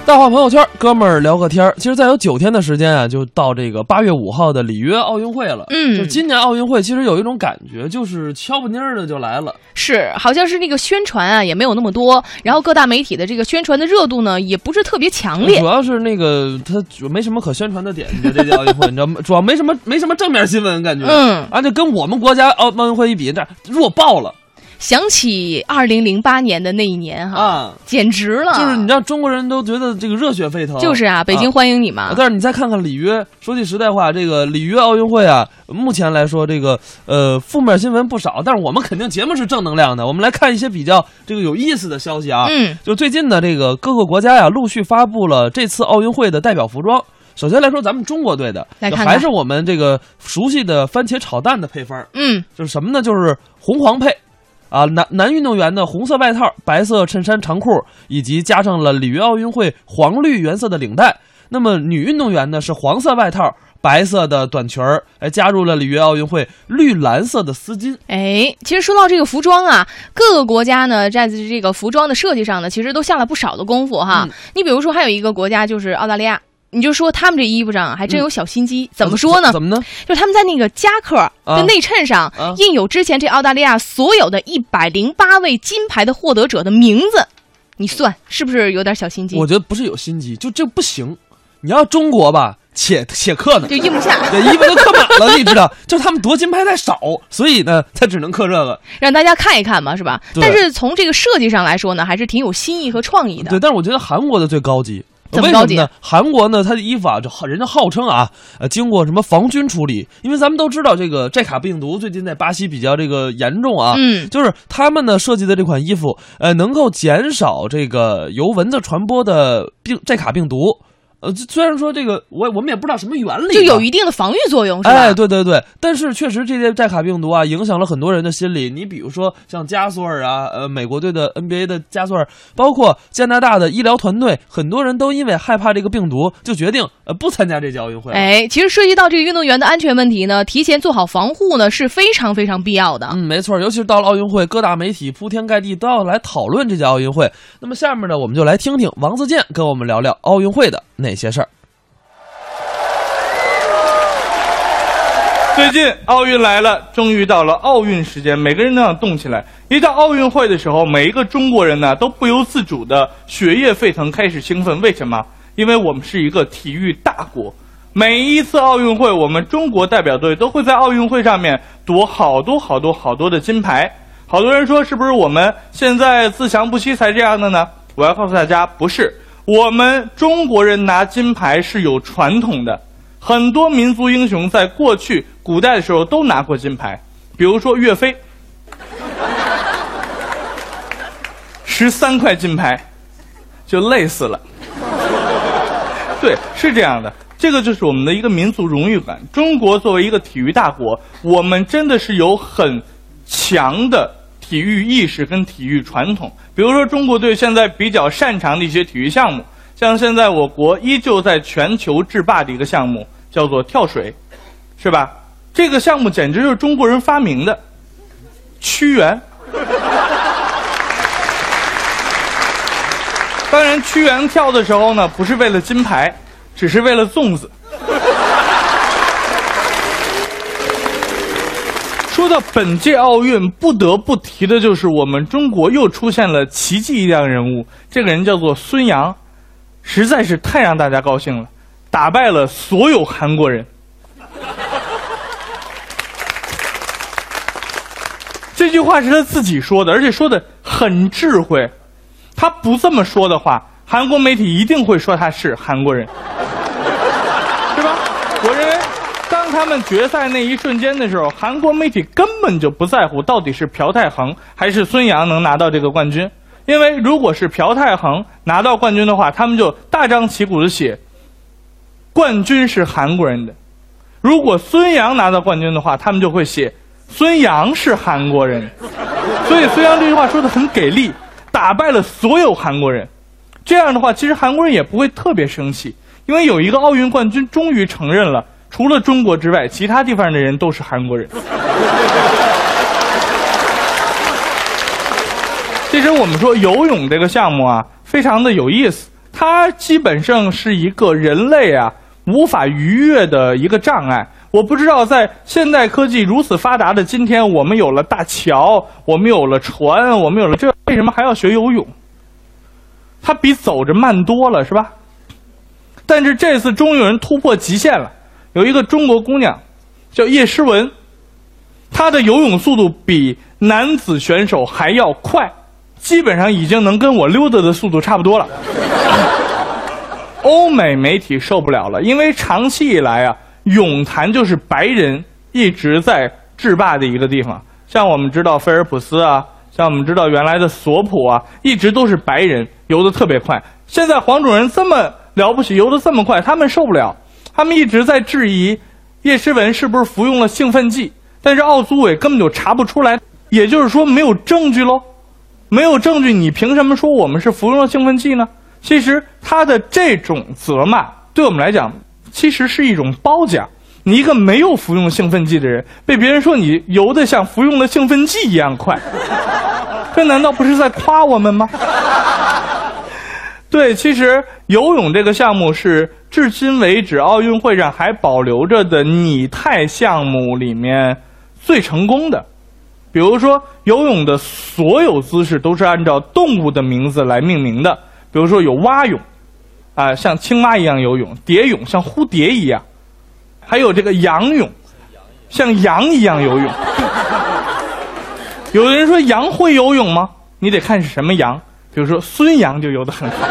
大话朋友圈，哥们儿聊个天儿。其实再有9天的时间啊，就到这个8月5号的里约奥运会了。就今年奥运会其实有一种感觉，就是悄不蔫儿的就来了。 是，好像是那个宣传啊也没有那么多，然后各大媒体的这个宣传的热度呢也不是特别强烈。 主要是那个它没什么可宣传的点，这届奥运会你知道吗？主要没什么正面新闻感觉。而且跟我们国家奥运会一比，这弱爆了。 想起2008年的那一年哈，简直了！ 就是你知道中国人都觉得这个热血沸腾。 就是啊，北京欢迎你嘛。 但是你再看看里约，说句实在话，这个里约奥运会啊，目前来说这个负面新闻不少，但是我们肯定节目是正能量的。我们来看一些比较这个有意思的消息啊。就最近呢，这个各个国家呀陆续发布了这次奥运会的代表服装。首先来说，咱们中国队的，还是我们这个熟悉的番茄炒蛋的配方。就是什么呢？就是红黄配。男运动员的红色外套、白色衬衫长裤，以及加上了里约奥运会黄绿原色的领带。那么女运动员呢是黄色外套、白色的短裙儿，加入了里约奥运会绿蓝色的丝巾。 其实说到这个服装啊，各个国家呢在这个服装的设计上呢，其实都下了不少的功夫哈。你比如说，还有一个国家就是澳大利亚。你就说他们这衣服上还真有小心机，怎么说呢？ 怎么呢？ 就是他们在那个夹克的内衬上印有之前这澳大利亚所有的108位金牌的获得者的名字，你算是不是有点小心机？ 我觉得不是有心机，就这不行。你要中国吧，且刻呢， 就印不下， 这衣服都刻满了，你知道？就他们夺金牌太少，所以呢，他只能刻这个， 让大家看一看嘛，是吧？但是从这个设计上来说呢，还是挺有新意和创意的。 对，但是我觉得韩国的最高级。 怎么高级呢？韩国呢，它的衣服啊，人家号称啊，经过什么防菌处理？因为咱们都知道这个寨卡病毒最近在巴西比较这个严重啊，就是他们呢设计的这款衣服，能够减少这个由蚊子传播的寨卡病毒。虽然说这个我们也不知道什么原理， 就有一定的防御作用，是吧？ 对对对，但是确实这些寨卡病毒啊，影响了很多人的心理。你比如说像加索尔啊，美国队的 NBA 的加索尔，包括加拿大的医疗团队，很多人都因为害怕这个病毒，就决定不参加这届奥运会。 其实涉及到这个运动员的安全问题呢，提前做好防护呢是非常非常必要的。 没错，尤其是到了奥运会，各大媒体铺天盖地都要来讨论这届奥运会。那么下面呢，我们就来听听王自健跟我们聊聊奥运会的那些事儿。 最近奥运来了，终于到了奥运时间，每个人都想动起来。一到奥运会的时候，每一个中国人呢都不由自主的血液沸腾，开始兴奋。为什么？因为我们是一个体育大国。每一次奥运会，我们中国代表队都会在奥运会上面夺好多的金牌。好多人说，是不是我们现在自强不息才这样的呢？我要告诉大家，不是。我们中国人拿金牌是有传统的。很多民族英雄在过去古代的时候都拿过金牌，比如说岳飞，13块金牌就累死了。对，是这样的，这个就是我们的一个民族荣誉感。中国作为一个体育大国，我们真的是有很强的体育意识跟体育传统。比如说中国队现在比较擅长的一些体育项目，像现在我国依旧在全球制霸的一个项目叫做跳水，是吧？这个项目简直就是中国人发明的，屈原。当然，屈原跳的时候呢，不是为了金牌，只是为了粽子。说到本届奥运，不得不提的就是我们中国又出现了奇迹一样人物，这个人叫做孙杨。实在是太让大家高兴了，打败了所有韩国人。这句话是他自己说的，而且说的很智慧。他不这么说的话，韩国媒体一定会说他是韩国人，是吧？我认为，当他们决赛那一瞬间的时候，韩国媒体根本就不在乎到底是朴泰恒还是孙杨能拿到这个冠军。因为如果是朴泰恒拿到冠军的话，他们就大张旗鼓的写冠军是韩国人的；如果孙杨拿到冠军的话，他们就会写孙杨是韩国人。所以孙杨这句话说的很给力，打败了所有韩国人。这样的话，其实韩国人也不会特别生气，因为有一个奥运冠军终于承认了，除了中国之外，其他地方的人都是韩国人。其实我们说游泳这个项目啊，非常的有意思。 它基本上是一个人类啊无法逾越的一个障碍。我不知道在现代科技如此发达的今天，我们有了大桥，我们有了船，我们有了这，为什么还要学游泳？它比走着慢多了，是吧？但是这次终于有人突破极限了，有一个中国姑娘叫叶诗文，她的游泳速度比男子选手还要快，基本上已经能跟我溜达的速度差不多了。欧美媒体受不了了，因为长期以来啊，泳坛就是白人一直在制霸的一个地方。像我们知道菲尔普斯啊，像我们知道原来的索普啊，一直都是白人游得特别快。现在黄种人这么了不起，游得这么快，他们受不了，他们一直在质疑叶诗文是不是服用了兴奋剂，但是奥组委根本就查不出来，也就是说没有证据喽，没有证据，你凭什么说我们是服用了兴奋剂呢？其实他的这种责骂对我们来讲其实是一种褒奖。你一个没有服用兴奋剂的人，被别人说你游得像服用了兴奋剂一样快，这难道不是在夸我们吗？对，其实游泳这个项目是至今为止奥运会上还保留着的拟态项目里面最成功的。比如说游泳的所有姿势都是按照动物的名字来命名的，比如说有蛙泳啊，像青蛙一样游泳；蝶泳像蝴蝶一样；还有这个羊泳，像羊一样游泳。有的人说羊会游泳吗？你得看是什么羊，比如说孙杨就游得很好。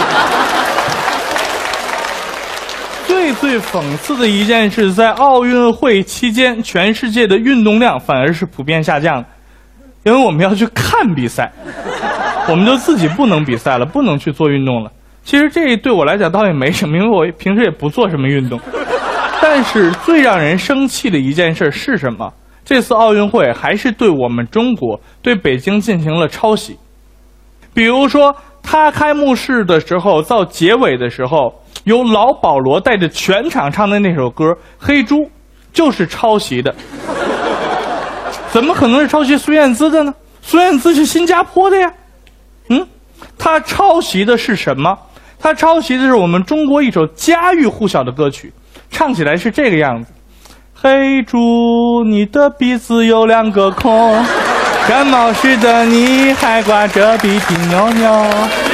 最讽刺的一件事，在奥运会期间，全世界的运动量反而是普遍下降的，因为我们要去看比赛，我们就自己不能比赛了，不能去做运动了。其实这对我来讲倒也没什么，因为我平时也不做什么运动。但是最让人生气的一件事是什么？这次奥运会还是对我们中国、对北京进行了抄袭。比如说，他开幕式的时候到结尾的时候，由老保罗带着全场唱的那首歌《黑猪》就是抄袭的。怎么可能是抄袭孙燕姿的呢？孙燕姿是新加坡的呀。他抄袭的是什么？他抄袭的是我们中国一首家喻户晓的歌曲，唱起来是这个样子：黑猪，你的鼻子有2个孔，感冒时的你还挂着鼻涕尿尿。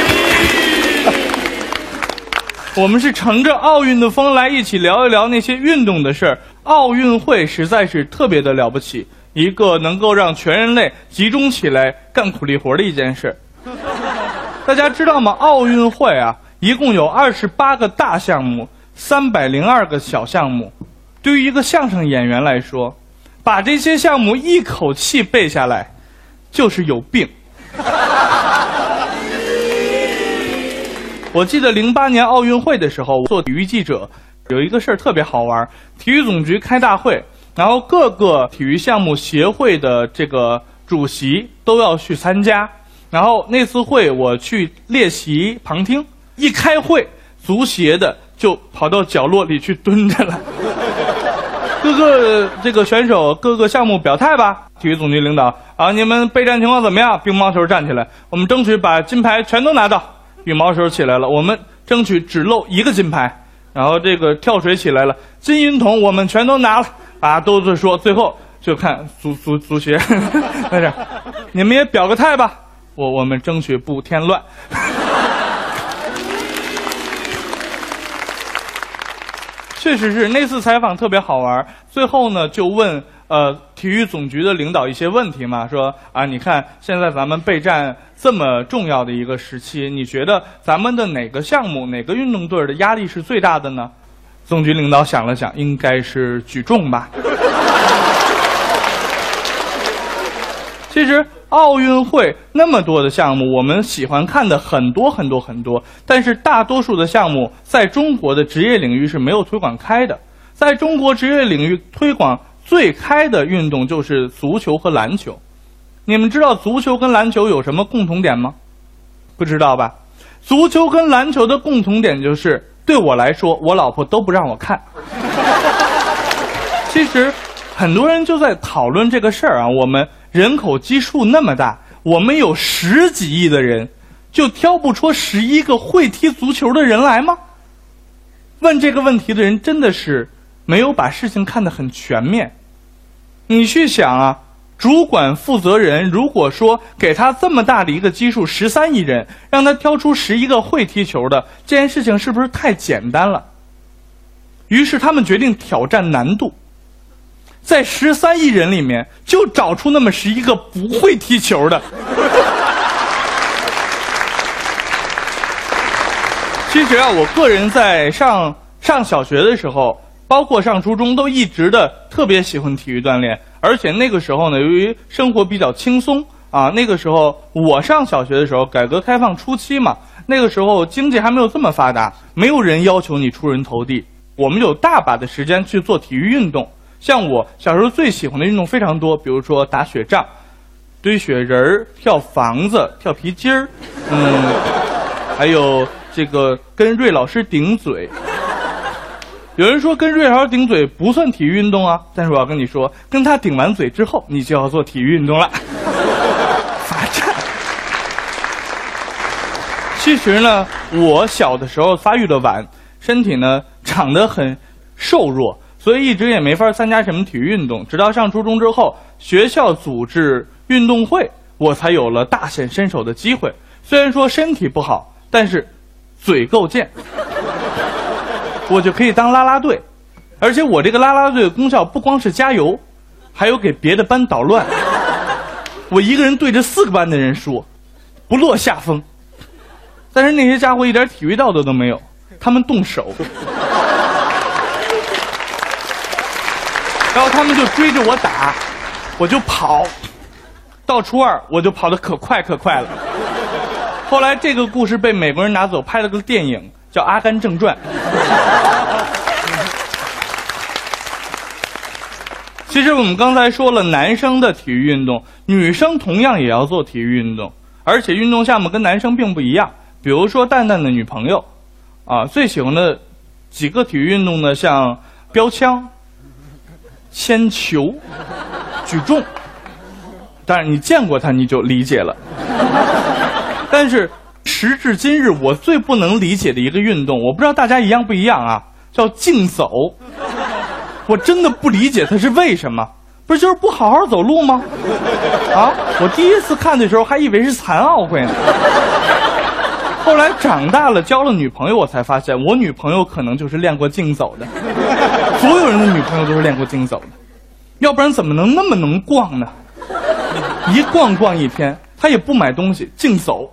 我们是乘着奥运的风来一起聊一聊那些运动的事儿。奥运会实在是特别的了不起，一个能够让全人类集中起来干苦力活的一件事。大家知道吗？奥运会啊，一共有28个大项目，302个小项目。对于一个相声演员来说，把这些项目一口气背下来，就是有病。我记得08年奥运会的时候，我做体育记者，有一个事儿特别好玩。体育总局开大会，然后各个体育项目协会的这个主席都要去参加。然后那次会我去列席旁听，一开会，足协的就跑到角落里去蹲着了。各个这个选手各个项目表态吧。体育总局领导啊，你们备战情况怎么样？乒乓球站起来，我们争取把金牌全都拿到。羽毛球起来了，我们争取只漏1个金牌。然后这个跳水起来了，金银铜我们全都拿了啊，都是说最后就看足协在这，你们也表个态吧，我们争取不添乱。确实是那次采访特别好玩。最后呢，就问体育总局的领导一些问题嘛，说啊，你看现在咱们备战这么重要的一个时期，你觉得咱们的哪个项目、哪个运动队的压力是最大的呢？总局领导想了想，应该是举重吧。其实奥运会那么多的项目，我们喜欢看的很多，但是大多数的项目在中国的职业领域是没有推广开的。在中国职业领域推广最开的运动就是足球和篮球。你们知道足球跟篮球有什么共同点吗？不知道吧？足球跟篮球的共同点就是，对我来说，我老婆都不让我看。其实很多人就在讨论这个事儿啊，我们人口基数那么大，我们有10几亿的人， 就挑不出11个会踢足球的人来吗？问这个问题的人真的是没有把事情看得很全面。你去想啊，主管负责人如果说给他这么大的一个基数13亿人，让他挑出11个会踢球的，这件事情是不是太简单了？于是他们决定挑战难度，在13亿人里面就找出那么11个不会踢球的。其实啊，我个人在上小学的时候，包括上初中，都一直的特别喜欢体育锻炼。而且那个时候呢，由于生活比较轻松啊，那个时候我上小学的时候，改革开放初期嘛，那个时候经济还没有这么发达，没有人要求你出人头地，我们有大把的时间去做体育运动。像我小时候最喜欢的运动非常多，比如说打雪仗、堆雪人儿、跳房子、跳皮筋儿，还有这个跟瑞老师顶嘴。有人说跟瑞老师顶嘴不算体育运动啊，但是我要跟你说，跟他顶完嘴之后，你就要做体育运动了。罚站。其实呢，我小的时候发育的晚，身体呢长得很瘦弱，所以一直也没法参加什么体育运动。直到上初中之后，学校组织运动会，我才有了大显身手的机会。虽然说身体不好，但是嘴够贱，我就可以当啦啦队。而且我这个啦啦队的功效不光是加油，还有给别的班捣乱。我一个人对着4个班的人说，不落下风。但是那些家伙一点体育道德都没有，他们动手，然后他们就追着我打，我就跑。到初2我就跑得可快了。后来这个故事被美国人拿走，拍了个电影叫《阿甘正传》。其实我们刚才说了男生的体育运动，女生同样也要做体育运动，而且运动项目跟男生并不一样。比如说蛋蛋的女朋友啊，最喜欢的几个体育运动呢，像标枪、铅球、举重。当然你见过他你就理解了。但是时至今日，我最不能理解的一个运动，我不知道大家一样不一样啊，叫竞走。我真的不理解它是为什么，不是就是不好好走路吗？啊，我第一次看的时候还以为是残奥会呢。后来长大了交了女朋友，我才发现我女朋友可能就是练过竞走的。所有人的女朋友都是练过竞走的，要不然怎么能那么能逛呢？一逛一天，他也不买东西，竞走。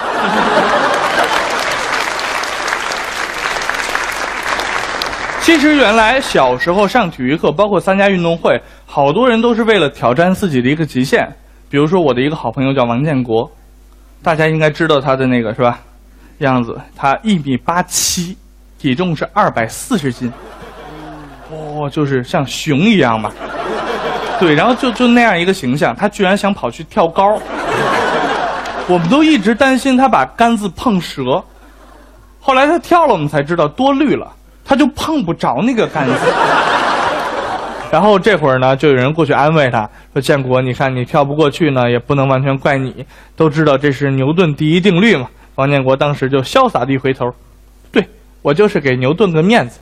其实原来小时候上体育课，包括参加运动会，好多人都是为了挑战自己的一个极限。比如说我的一个好朋友叫王建国，大家应该知道他的那个是吧？样子，他1.87米，体重是240斤，就是像熊一样嘛。对，然后就那样一个形象，他居然想跑去跳高，我们都一直担心他把杆子碰折。后来他跳了，我们才知道多虑了，他就碰不着那个杆子。然后这会儿呢，就有人过去安慰他说：“建国，你看你跳不过去呢，也不能完全怪你，都知道这是牛顿第一定律嘛。”王建国当时就潇洒地一回头，对，我就是给牛顿个面子。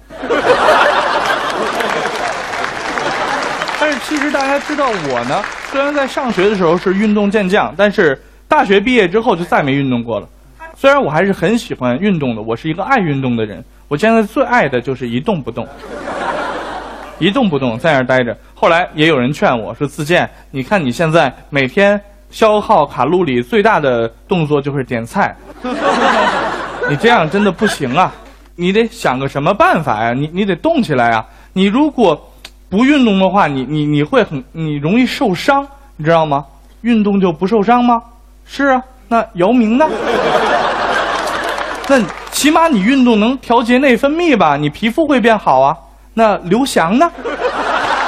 但是其实大家知道我呢，虽然在上学的时候是运动健将，但是大学毕业之后就再没运动过了。虽然我还是很喜欢运动的，我是一个爱运动的人，我现在最爱的就是一动不动。一动不动在那儿待着。后来也有人劝我说：“自健，你看你现在每天消耗卡路里最大的动作就是点菜，你这样真的不行啊！你得想个什么办法呀？你得动起来啊！你如果不运动的话，你会你容易受伤，你知道吗？运动就不受伤吗？是啊，那姚明呢？那起码你运动能调节内分泌吧，你皮肤会变好啊。”那刘翔呢？